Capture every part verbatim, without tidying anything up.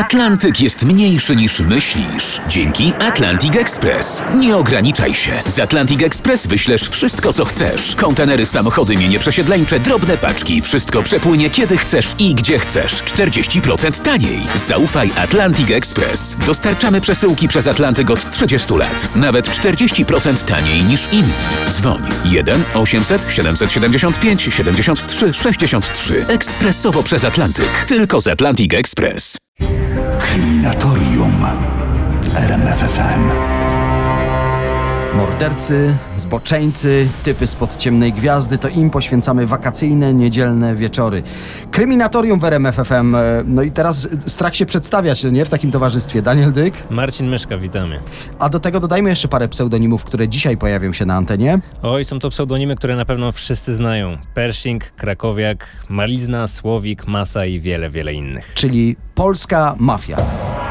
Atlantyk jest mniejszy niż myślisz. Dzięki Atlantic Express. Nie ograniczaj się. Z Atlantic Express wyślesz wszystko, co chcesz. Kontenery, samochody, mienie przesiedleńcze, drobne paczki. Wszystko przepłynie kiedy chcesz i gdzie chcesz. czterdzieści procent taniej. Zaufaj Atlantic Express. Dostarczamy przesyłki przez Atlantyk od trzydziestu lat. Nawet czterdzieści procent taniej niż inni. Dzwoń jeden osiemset siedemset siedemdziesiąt pięć siedemdziesiąt trzy sześćdziesiąt trzy. Ekspresowo przez Atlantyk. Tylko z Atlantic Express. Kryminatorium w R M F F M. Mordercy, zboczeńcy, typy spod ciemnej gwiazdy, to im poświęcamy wakacyjne, niedzielne wieczory. Kryminatorium w R M F F M. No i teraz strach się przedstawiać, nie? W takim towarzystwie. Daniel Dyk. Marcin Myszka, witamy. A do tego dodajmy jeszcze parę pseudonimów, które dzisiaj pojawią się na antenie. Oj, są to pseudonimy, które na pewno wszyscy znają. Pershing, Krakowiak, Malizna, Słowik, Masa i wiele, wiele innych. Czyli polska mafia.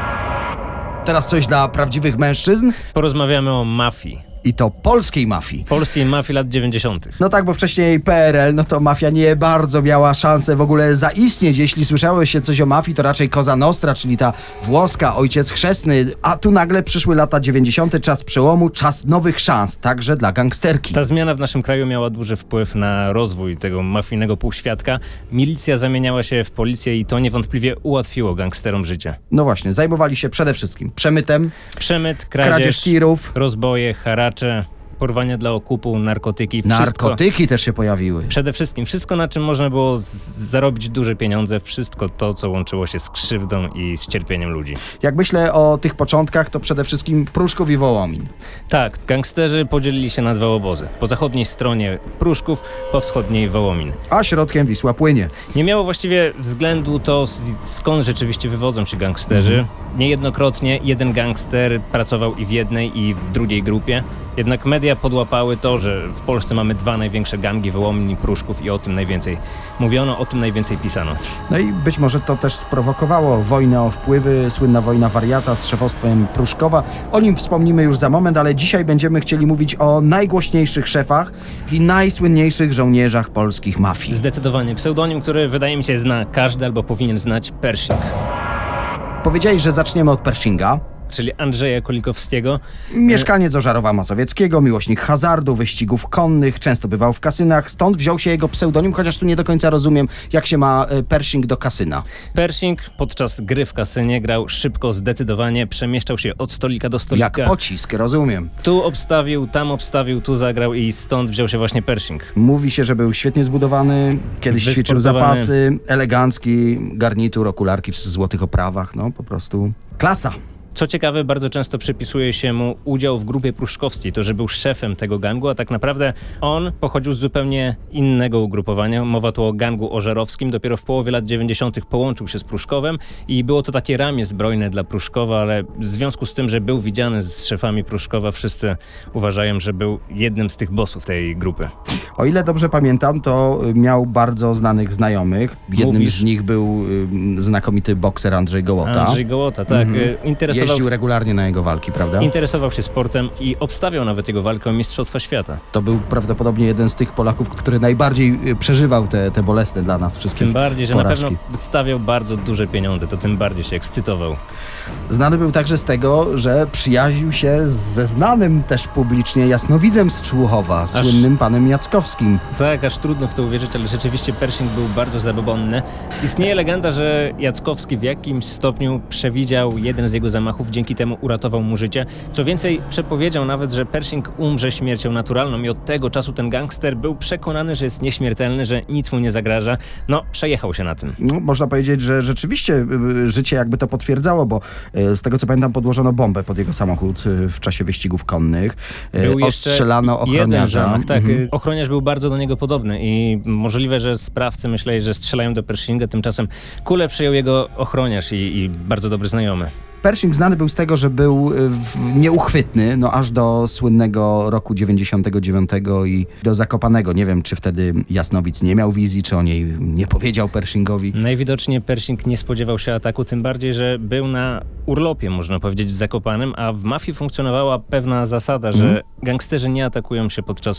Teraz coś dla prawdziwych mężczyzn? Porozmawiamy o mafii. I to polskiej mafii. Polskiej mafii lat dziewięćdziesiątych. No tak, bo wcześniej P R L, no to mafia nie bardzo miała szansę w ogóle zaistnieć. Jeśli słyszało się coś o mafii, to raczej Cosa Nostra, czyli ta włoska, ojciec chrzestny. A tu nagle przyszły lata dziewięćdziesiąte, czas przełomu, czas nowych szans, także dla gangsterki. Ta zmiana w naszym kraju miała duży wpływ na rozwój tego mafijnego półświadka. Milicja zamieniała się w policję i to niewątpliwie ułatwiło gangsterom życie. No właśnie, zajmowali się przede wszystkim przemytem, Przemyt, kradzież, kradzież tirów, rozboje, haracze, porwania dla okupu, narkotyki. Wszystko, narkotyki też się pojawiły. Przede wszystkim wszystko, na czym można było z- zarobić duże pieniądze, wszystko to, co łączyło się z krzywdą i z cierpieniem ludzi. Jak myślę o tych początkach, to przede wszystkim Pruszków i Wołomin. Tak, gangsterzy podzielili się na dwa obozy. Po zachodniej stronie Pruszków, po wschodniej Wołomin. A środkiem Wisła płynie. Nie miało właściwie względu to, s- skąd rzeczywiście wywodzą się gangsterzy. Niejednokrotnie jeden gangster pracował i w jednej, i w drugiej grupie. Jednak media podłapały to, że w Polsce mamy dwa największe gangi, Wołomin i Pruszków, i o tym najwięcej mówiono, o tym najwięcej pisano. No i być może to też sprowokowało wojnę o wpływy, słynna wojna wariata z szefostwem Pruszkowa. O nim wspomnimy już za moment, ale dzisiaj będziemy chcieli mówić o najgłośniejszych szefach i najsłynniejszych żołnierzach polskich mafii. Zdecydowanie pseudonim, który wydaje mi się zna każdy albo powinien znać, Pershing, Powiedziałeś, że zaczniemy od Pershinga. czyli Andrzeja Kolikowskiego. Mieszkaniec Ożarowa Mazowieckiego, miłośnik hazardu, wyścigów konnych, często bywał w kasynach, stąd wziął się jego pseudonim, chociaż tu nie do końca rozumiem, jak się ma e, Pershing do kasyna. Pershing podczas gry w kasynie grał szybko, zdecydowanie, przemieszczał się od stolika do stolika. Jak pocisk, rozumiem. Tu obstawił, tam obstawił, tu zagrał i stąd wziął się właśnie Pershing. Mówi się, że był świetnie zbudowany, kiedyś ćwiczył Wysportowany. zapasy, elegancki, garnitur, okularki w złotych oprawach, no po prostu klasa. Co ciekawe, bardzo często przypisuje się mu udział w grupie pruszkowskiej, to, że był szefem tego gangu, a tak naprawdę on pochodził z zupełnie innego ugrupowania. Mowa tu o gangu ożarowskim. Dopiero w połowie lat dziewięćdziesiątych połączył się z Pruszkowem i było to takie ramię zbrojne dla Pruszkowa, ale w związku z tym, że był widziany z szefami Pruszkowa, wszyscy uważają, że był jednym z tych bossów tej grupy. O ile dobrze pamiętam, to y, miał bardzo znanych znajomych. Jednym Mówisz- z nich był y, znakomity bokser Andrzej Gołota. Andrzej Gołota, tak. Mhm. Interesował Jeździł regularnie na jego walki, prawda? Interesował się sportem i obstawiał nawet jego walkę o Mistrzostwa Świata. To był prawdopodobnie jeden z tych Polaków, który najbardziej y, przeżywał te, te bolesne dla nas wszystkich Tym bardziej, że porażki. na pewno stawiał bardzo duże pieniądze, to tym bardziej się ekscytował. Znany był także z tego, że przyjaźnił się ze znanym też publicznie jasnowidzem z Człuchowa, Aż- słynnym panem Jackowskim. Tak, aż trudno w to uwierzyć, ale rzeczywiście Pershing był bardzo zabobonny. Istnieje legenda, że Jackowski w jakimś stopniu przewidział jeden z jego zamachów, dzięki temu uratował mu życie. Co więcej, przepowiedział nawet, że Pershing umrze śmiercią naturalną i od tego czasu ten gangster był przekonany, że jest nieśmiertelny, że nic mu nie zagraża. No, przejechał się na tym. No, można powiedzieć, że rzeczywiście y, życie jakby to potwierdzało, bo y, z tego co pamiętam podłożono bombę pod jego samochód y, w czasie wyścigów konnych. Y, Był jeszcze Ostrzelano jeden ochroniarza. zamach, tak. Mhm. Ochroniarz był bardzo do niego podobny i możliwe, że sprawcy myśleli, że strzelają do Pershinga, tymczasem kulę przyjął jego ochroniarz i, i bardzo dobry znajomy. Pershing znany był z tego, że był y, w- nieuchwytny, no aż do słynnego roku dziewięćdziesiątego dziewiątego i do Zakopanego. Nie wiem, czy wtedy Jasnowic nie miał wizji, czy o niej nie powiedział Pershingowi. Najwidoczniej Pershing nie spodziewał się ataku, tym bardziej, że był na urlopie, można powiedzieć, w Zakopanem, a w mafii funkcjonowała pewna zasada, że Mhm. gangsterzy nie atakują się podczas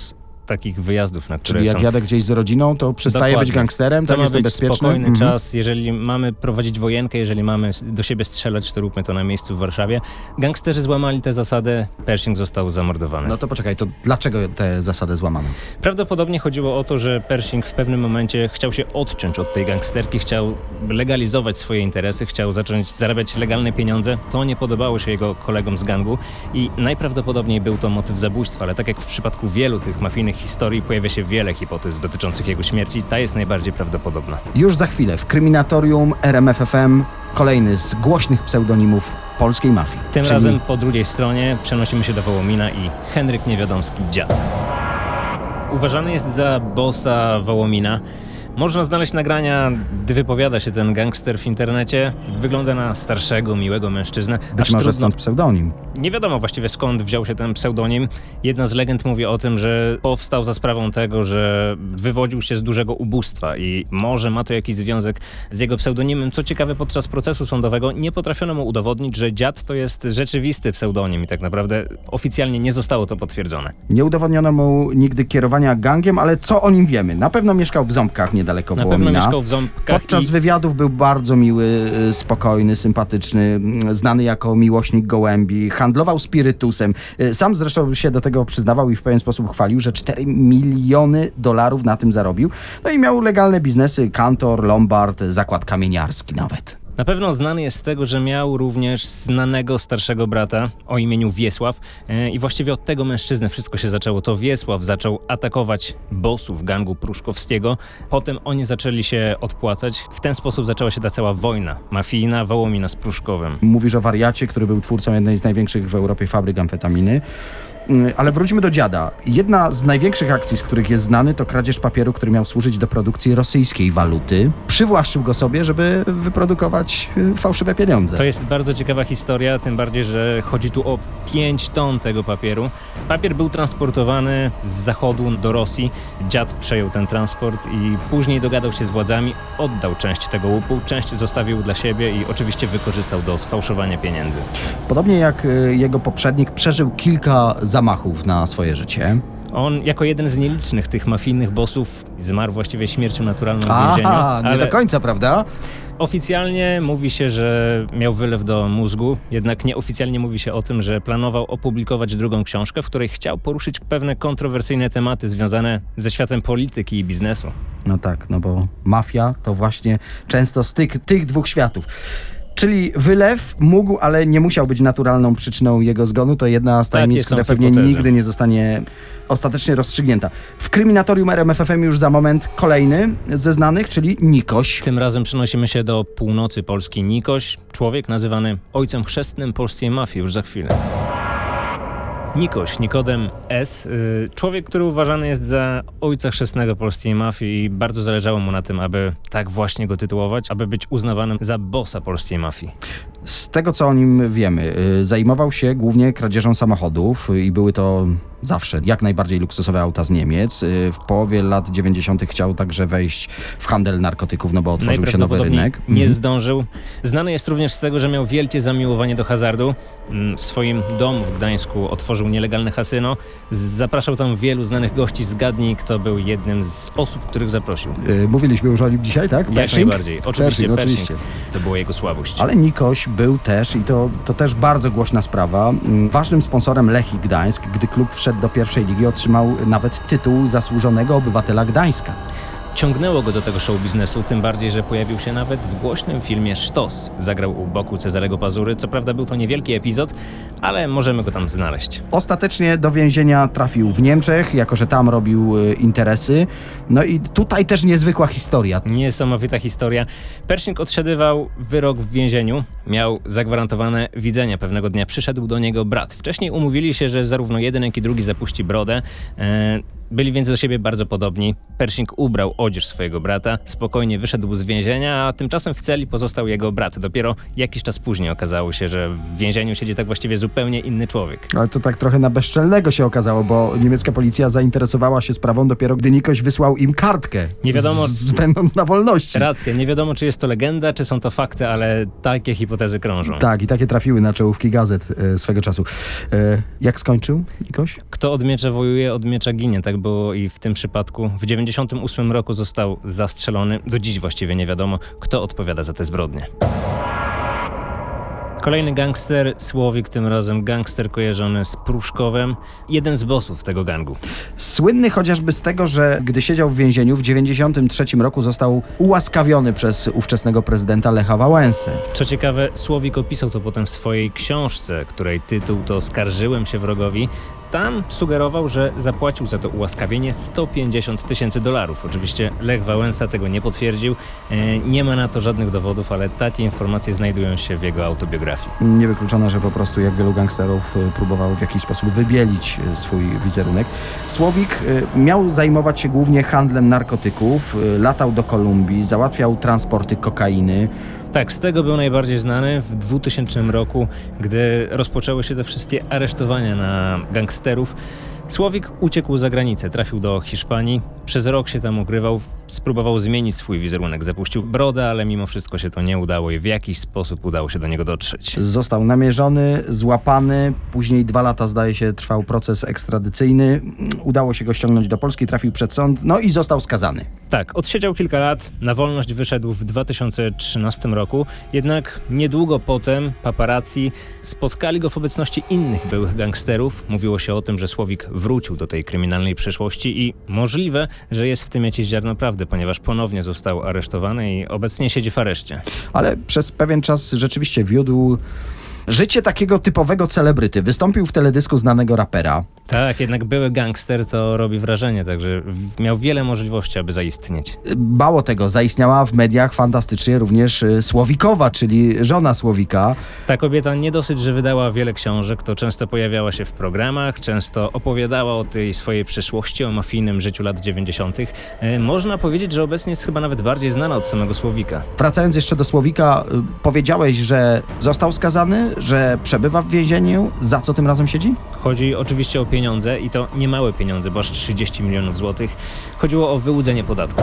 takich wyjazdów, na które Czyli jak są... jadę gdzieś z rodziną, to przestaję Dokładnie. być gangsterem, To tak ma jestem być bezpieczny. spokojny Mhm. czas. Jeżeli mamy prowadzić wojenkę, jeżeli mamy do siebie strzelać, to róbmy to na miejscu w Warszawie. Gangsterzy złamali tę zasadę, Pershing został zamordowany. No to poczekaj, to dlaczego tę zasadę złamano? Prawdopodobnie chodziło o to, że Pershing w pewnym momencie chciał się odciąć od tej gangsterki, chciał legalizować swoje interesy, chciał zacząć zarabiać legalne pieniądze. To nie podobało się jego kolegom z gangu i najprawdopodobniej był to motyw zabójstwa, ale tak jak w przypadku wielu tych mafijnych historii pojawia się wiele hipotez dotyczących jego śmierci, ta jest najbardziej prawdopodobna. Już za chwilę w Kryminatorium R M F F M kolejny z głośnych pseudonimów polskiej mafii. Tym czyli... razem po drugiej stronie przenosimy się do Wołomina i Henryk Niewiadomski, dziad. Uważany jest za bossa Wołomina. Można znaleźć nagrania, gdy wypowiada się ten gangster w internecie. Wygląda na starszego, miłego mężczyznę. Być Aż może trudno... stąd pseudonim. Nie wiadomo właściwie skąd wziął się ten pseudonim. Jedna z legend mówi o tym, że powstał za sprawą tego, że wywodził się z dużego ubóstwa i może ma to jakiś związek z jego pseudonimem. Co ciekawe, podczas procesu sądowego nie potrafiono mu udowodnić, że dziad to jest rzeczywisty pseudonim i tak naprawdę oficjalnie nie zostało to potwierdzone. Nie udowodniono mu nigdy kierowania gangiem, ale co o nim wiemy? Na pewno mieszkał w Ząbkach niedaleko Na Wołomina. pewno mieszkał w Ząbkach Podczas i... wywiadów był bardzo miły, y, spokojny, sympatyczny, y, znany jako miłośnik gołębi, handlował spirytusem. Y, Sam zresztą się do tego przyznawał i w pewien sposób chwalił, że cztery miliony dolarów na tym zarobił. No i miał legalne biznesy, kantor, lombard, zakład kamieniarski nawet. Na pewno znany jest z tego, że miał również znanego starszego brata o imieniu Wiesław yy, i właściwie od tego mężczyzny wszystko się zaczęło. To Wiesław zaczął atakować bossów gangu pruszkowskiego. Potem oni zaczęli się odpłacać. W ten sposób zaczęła się ta cała wojna mafijna Wołomina z Pruszkowem. Mówisz o wariacie, który był twórcą jednej z największych w Europie fabryk amfetaminy. Y, Ale wróćmy do dziada. Jedna z największych akcji, z których jest znany, to kradzież papieru, który miał służyć do produkcji rosyjskiej waluty. Przywłaszczył go sobie, żeby wyprodukować y, fałszywe pieniądze. To jest bardzo ciekawa historia, tym bardziej, że chodzi tu o pięć ton tego papieru. Papier był transportowany z zachodu do Rosji. Dziad przejął ten transport i później dogadał się z władzami, oddał część tego łupu, część zostawił dla siebie i oczywiście wykorzystał do sfałszowania pieniędzy. Podobnie jak y, jego poprzednik przeżył kilka zamachów na swoje życie. On jako jeden z nielicznych tych mafijnych bossów zmarł właściwie śmiercią naturalną w więzieniu, Aha, nie ale do końca, prawda? oficjalnie mówi się, że miał wylew do mózgu, jednak nieoficjalnie mówi się o tym, że planował opublikować drugą książkę, w której chciał poruszyć pewne kontrowersyjne tematy związane ze światem polityki i biznesu. No tak, no bo mafia to właśnie często styk tych dwóch światów. Czyli wylew mógł, ale nie musiał być naturalną przyczyną jego zgonu. To jedna z tajemnic, Takie są która pewnie hipotezy. nigdy nie zostanie ostatecznie rozstrzygnięta. W Kryminatorium R M F F M już za moment kolejny ze znanych, czyli Nikoś. Tym razem przenosimy się do północy Polski. Nikoś, człowiek nazywany ojcem chrzestnym polskiej mafii, już za chwilę. Nikoś, Nikodem S., y, człowiek, który uważany jest za ojca chrzestnego polskiej mafii i bardzo zależało mu na tym, aby tak właśnie go tytułować, aby być uznawanym za bossa polskiej mafii. Z tego, co o nim wiemy, y, zajmował się głównie kradzieżą samochodów y, i były to zawsze jak najbardziej luksusowe auta z Niemiec. Y, W połowie lat dziewięćdziesiątych chciał także wejść w handel narkotyków, no bo otworzył się nowy Najprawdopodobniej rynek. nie Mhm. zdążył. Znany jest również z tego, że miał wielkie zamiłowanie do hazardu. Mm, W swoim domu w Gdańsku otworzył nielegalne kasyno. Z- Zapraszał tam wielu znanych gości. Zgadnij, kto był jednym z osób, których zaprosił. Y, Mówiliśmy już o nim dzisiaj, tak? Jak Pershing? najbardziej. Oczywiście Pershing, Pershing. oczywiście. To była jego słabość. Ale Nikoś był też, i to, to też bardzo głośna sprawa, mm, ważnym sponsorem Lechii Gdańsk. Gdy klub wszedł do pierwszej ligi, otrzymał nawet tytuł zasłużonego obywatela Gdańska. Ciągnęło go do tego show biznesu, tym bardziej, że pojawił się nawet w głośnym filmie Sztos. Zagrał u boku Cezarego Pazury. Co prawda był to niewielki epizod, ale możemy go tam znaleźć. Ostatecznie do więzienia trafił w Niemczech, jako że tam robił y, interesy. No i tutaj też niezwykła historia. Niesamowita historia. Pershing odsiadywał wyrok w więzieniu. Miał zagwarantowane widzenia. Pewnego dnia przyszedł do niego brat. Wcześniej umówili się, że zarówno jeden, jak i drugi zapuści brodę. E, Byli więc do siebie bardzo podobni. Pershing ubrał odzież swojego brata, spokojnie wyszedł z więzienia, a tymczasem w celi pozostał jego brat. Dopiero jakiś czas później okazało się, że w więzieniu siedzi tak właściwie zupełnie inny człowiek. Ale to tak trochę na bezczelnego się okazało, bo niemiecka policja zainteresowała się sprawą dopiero gdy Nikoś wysłał im kartkę, Nie wiadomo- z, z, będąc na wolności. Racja, nie wiadomo, czy jest to legenda, czy są to fakty, ale takie hipotezy krążą. Tak, i takie trafiły na czołówki gazet e, swego czasu. E, jak skończył Nikoś? Kto od miecza wojuje, od miecza ginie. Tak tak było i w tym przypadku. W dziewięćdziesiątym ósmym roku został zastrzelony. Do dziś właściwie nie wiadomo, kto odpowiada za te zbrodnie. Kolejny gangster, Słowik, tym razem gangster kojarzony z Pruszkowem, jeden z bossów tego gangu. Słynny chociażby z tego, że gdy siedział w więzieniu w dziewięćdziesiątym trzecim roku został ułaskawiony przez ówczesnego prezydenta Lecha Wałęsę. Co ciekawe, Słowik opisał to potem w swojej książce, której tytuł to Skarżyłem się wrogowi. Tam sugerował, że zapłacił za to ułaskawienie sto pięćdziesiąt tysięcy dolarów. Oczywiście Lech Wałęsa tego nie potwierdził. E, nie ma na to żadnych dowodów, ale takie informacje znajdują się w jego autobiografii. Niewykluczone, że po prostu jak wielu gangsterów y, próbował w jakiś sposób wybielić y, swój wizerunek. Słowik y, miał zajmować się głównie handlem narkotyków, y, latał do Kolumbii, załatwiał transporty kokainy. Tak, z tego był najbardziej znany w dwutysięcznym roku, gdy rozpoczęły się te wszystkie aresztowania na gangsterów. Słowik uciekł za granicę, trafił do Hiszpanii, przez rok się tam ukrywał, spróbował zmienić swój wizerunek, zapuścił brodę, ale mimo wszystko się to nie udało i w jakiś sposób udało się do niego dotrzeć. Został namierzony, złapany, później dwa lata zdaje się trwał proces ekstradycyjny. Udało się go ściągnąć do Polski, trafił przed sąd, no i został skazany. Tak, odsiedział kilka lat, na wolność wyszedł w dwa tysiące trzynastym roku, jednak niedługo potem paparazzi spotkali go w obecności innych byłych gangsterów. Mówiło się o tym, że Słowik wrócił do tej kryminalnej przeszłości i możliwe, że jest w tym jakieś ziarno prawdy, ponieważ ponownie został aresztowany i obecnie siedzi w areszcie. Ale przez pewien czas rzeczywiście wiódł życie takiego typowego celebryty. Wystąpił w teledysku znanego rapera. Tak, jednak były gangster to robi wrażenie, także w- miał wiele możliwości, aby zaistnieć. Mało tego, zaistniała w mediach fantastycznie również y, Słowikowa, czyli żona Słowika. Ta kobieta nie dosyć, że wydała wiele książek, to często pojawiała się w programach, często opowiadała o tej swojej przeszłości, o mafijnym życiu lat dziewięćdziesiątych. E, Można powiedzieć, że obecnie jest chyba nawet bardziej znana od samego Słowika. Wracając jeszcze do Słowika, y, powiedziałeś, że został skazany, że przebywa w więzieniu. Za co tym razem siedzi? Chodzi oczywiście o pieniądze i to niemałe pieniądze, bo aż trzydzieści milionów złotych. Chodziło o wyłudzenie podatku.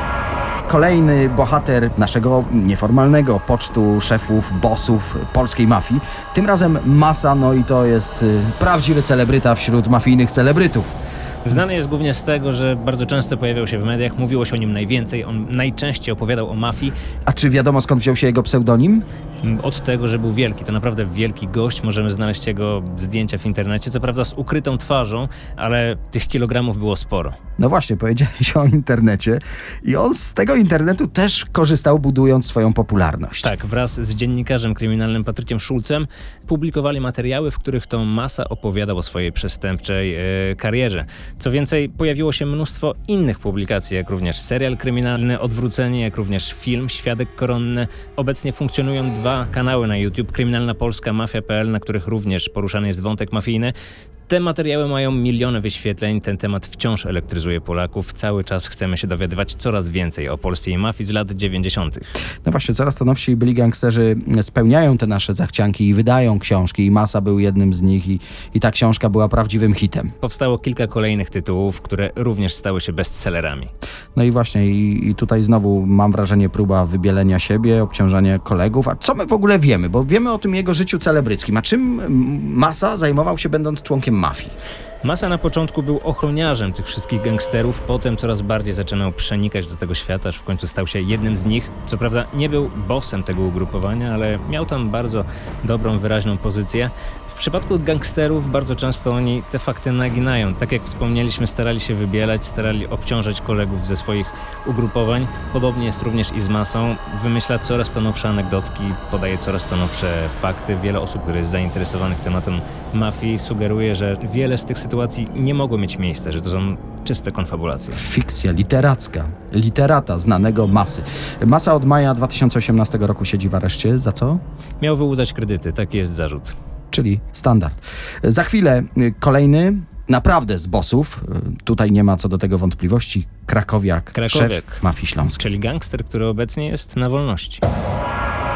Kolejny bohater naszego nieformalnego pocztu szefów, bossów polskiej mafii. Tym razem Masa, no i to jest y, prawdziwy celebryta wśród mafijnych celebrytów. Znany jest głównie z tego, że bardzo często pojawiał się w mediach, mówiło się o nim najwięcej, on najczęściej opowiadał o mafii. A czy wiadomo, skąd wziął się jego pseudonim? Od tego, że był wielki, to naprawdę wielki gość, możemy znaleźć jego zdjęcia w internecie, co prawda z ukrytą twarzą, ale tych kilogramów było sporo. No właśnie, powiedziałeś o internecie i on z tego internetu też korzystał, budując swoją popularność. Tak, wraz z dziennikarzem kryminalnym Patrykiem Szulcem publikowali materiały, w których to Masa opowiadał o swojej przestępczej e, karierze. Co więcej, pojawiło się mnóstwo innych publikacji, jak również serial kryminalny Odwrócenie, jak również film Świadek Koronny. Obecnie funkcjonują dwa kanały na YouTube, Kryminalna Polska, Mafia kropka p l, na których również poruszany jest wątek mafijny. Te materiały mają miliony wyświetleń, ten temat wciąż elektryzuje Polaków. Cały czas chcemy się dowiadywać coraz więcej o polskiej mafii z lat dziewięćdziesiątych. No właśnie, coraz to nowsi byli gangsterzy spełniają te nasze zachcianki i wydają książki i Masa był jednym z nich i, i ta książka była prawdziwym hitem. Powstało kilka kolejnych tytułów, które również stały się bestsellerami. No i właśnie i, i tutaj znowu mam wrażenie próba wybielenia siebie, obciążania kolegów. A co my w ogóle wiemy? Bo wiemy o tym jego życiu celebryckim. A czym Masa zajmował się będąc członkiem mafii? Masa na początku był ochroniarzem tych wszystkich gangsterów, potem coraz bardziej zaczynał przenikać do tego świata, aż w końcu stał się jednym z nich. Co prawda nie był bossem tego ugrupowania, ale miał tam bardzo dobrą, wyraźną pozycję. W przypadku gangsterów bardzo często oni te fakty naginają. Tak jak wspomnieliśmy, starali się wybielać, starali obciążać kolegów ze swoich ugrupowań. Podobnie jest również i z Masą. Wymyśla coraz to nowsze anegdotki, podaje coraz to nowsze fakty. Wiele osób, które jest zainteresowanych tematem mafii, sugeruje, że wiele z tych sytuacji nie mogło mieć miejsca, że to są czyste konfabulacje. Fikcja literacka, literata znanego Masy. Masa od maja dwa tysiące osiemnastego roku siedzi w areszcie. Za co? Miał wyłudzać kredyty, taki jest zarzut. Czyli standard. Za chwilę y, kolejny, naprawdę z bossów, y, tutaj nie ma co do tego wątpliwości, Krakowiak, Krakowiak. szef mafii śląskiej. Czyli gangster, który obecnie jest na wolności.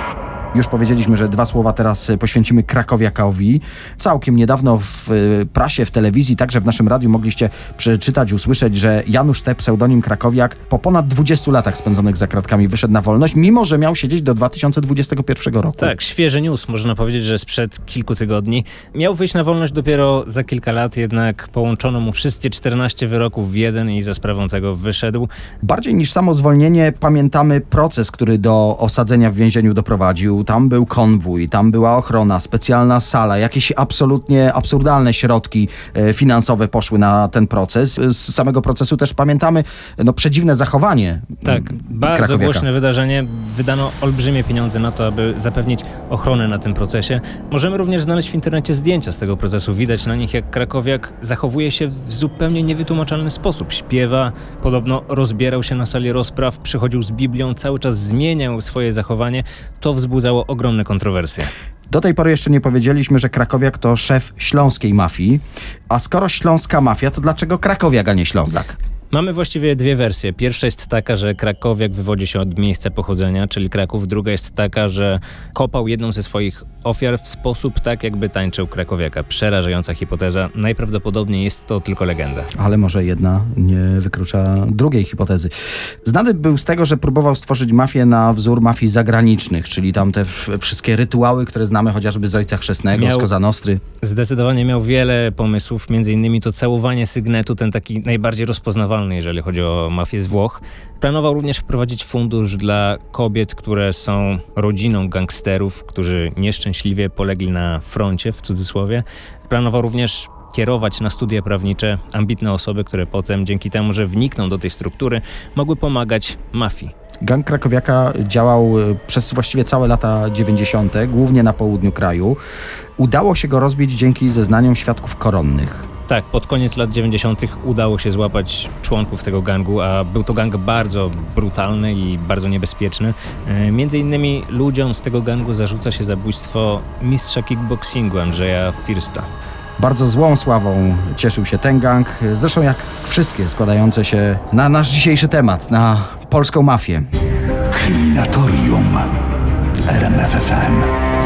Już powiedzieliśmy, że dwa słowa teraz poświęcimy krakowiakowi. Całkiem niedawno w prasie, w telewizji, także w naszym radiu mogliście przeczytać, usłyszeć, że Janusz T., pseudonim Krakowiak, po ponad dwudziestu latach spędzonych za kratkami wyszedł na wolność, mimo że miał siedzieć do dwa tysiące dwudziestego pierwszego roku. Tak, świeży news, można powiedzieć, że sprzed kilku tygodni. Miał wyjść na wolność dopiero za kilka lat, jednak połączono mu wszystkie czternaście wyroków w jeden i za sprawą tego wyszedł. Bardziej niż samo zwolnienie pamiętamy proces, który do osadzenia w więzieniu doprowadził. Tam był konwój, tam była ochrona, specjalna sala, jakieś absolutnie absurdalne środki e, finansowe poszły na ten proces. Z samego procesu też pamiętamy no, przedziwne zachowanie Tak, bardzo Krakowiaka. głośne wydarzenie. Wydano olbrzymie pieniądze na to, aby zapewnić ochronę na tym procesie. Możemy również znaleźć w internecie zdjęcia z tego procesu. Widać na nich, jak Krakowiak zachowuje się w zupełnie niewytłumaczalny sposób. Śpiewa, podobno rozbierał się na sali rozpraw, przychodził z Biblią, cały czas zmieniał swoje zachowanie. To wzbudzało ogromne kontrowersje. Do tej pory jeszcze nie powiedzieliśmy, że Krakowiak to szef śląskiej mafii. A skoro śląska mafia, to dlaczego Krakowiak, a nie Ślązak? Mamy właściwie dwie wersje. Pierwsza jest taka, że Krakowiak wywodzi się od miejsca pochodzenia, czyli Kraków. Druga jest taka, że kopał jedną ze swoich ofiar w sposób tak, jakby tańczył Krakowiaka. Przerażająca hipoteza. Najprawdopodobniej jest to tylko legenda. Ale może jedna nie wyklucza drugiej hipotezy. Znany był z tego, że próbował stworzyć mafię na wzór mafii zagranicznych, czyli tam te w- wszystkie rytuały, które znamy chociażby z Ojca Chrzestnego, Miał- z Cosa Nostry. Zdecydowanie miał wiele pomysłów, między innymi to całowanie sygnetu, ten taki najbardziej rozpoznawalny, jeżeli chodzi o mafię z Włoch. Planował również wprowadzić fundusz dla kobiet, które są rodziną gangsterów, którzy nieszczęśliwie polegli na froncie, w cudzysłowie. Planował również kierować na studia prawnicze ambitne osoby, które potem, dzięki temu, że wnikną do tej struktury, mogły pomagać mafii. Gang Krakowiaka działał e, przez właściwie całe lata dziewięćdziesiąte, głównie na południu kraju. Udało się go rozbić dzięki zeznaniom świadków koronnych. Tak, pod koniec lat dziewięćdziesiątych udało się złapać członków tego gangu, a był to gang bardzo brutalny i bardzo niebezpieczny. E, Między innymi ludziom z tego gangu zarzuca się zabójstwo mistrza kickboxingu Andrzeja Firsta. Bardzo złą sławą cieszył się ten gang, zresztą jak wszystkie składające się na nasz dzisiejszy temat, na polską mafię. Kryminatorium w R M F F M.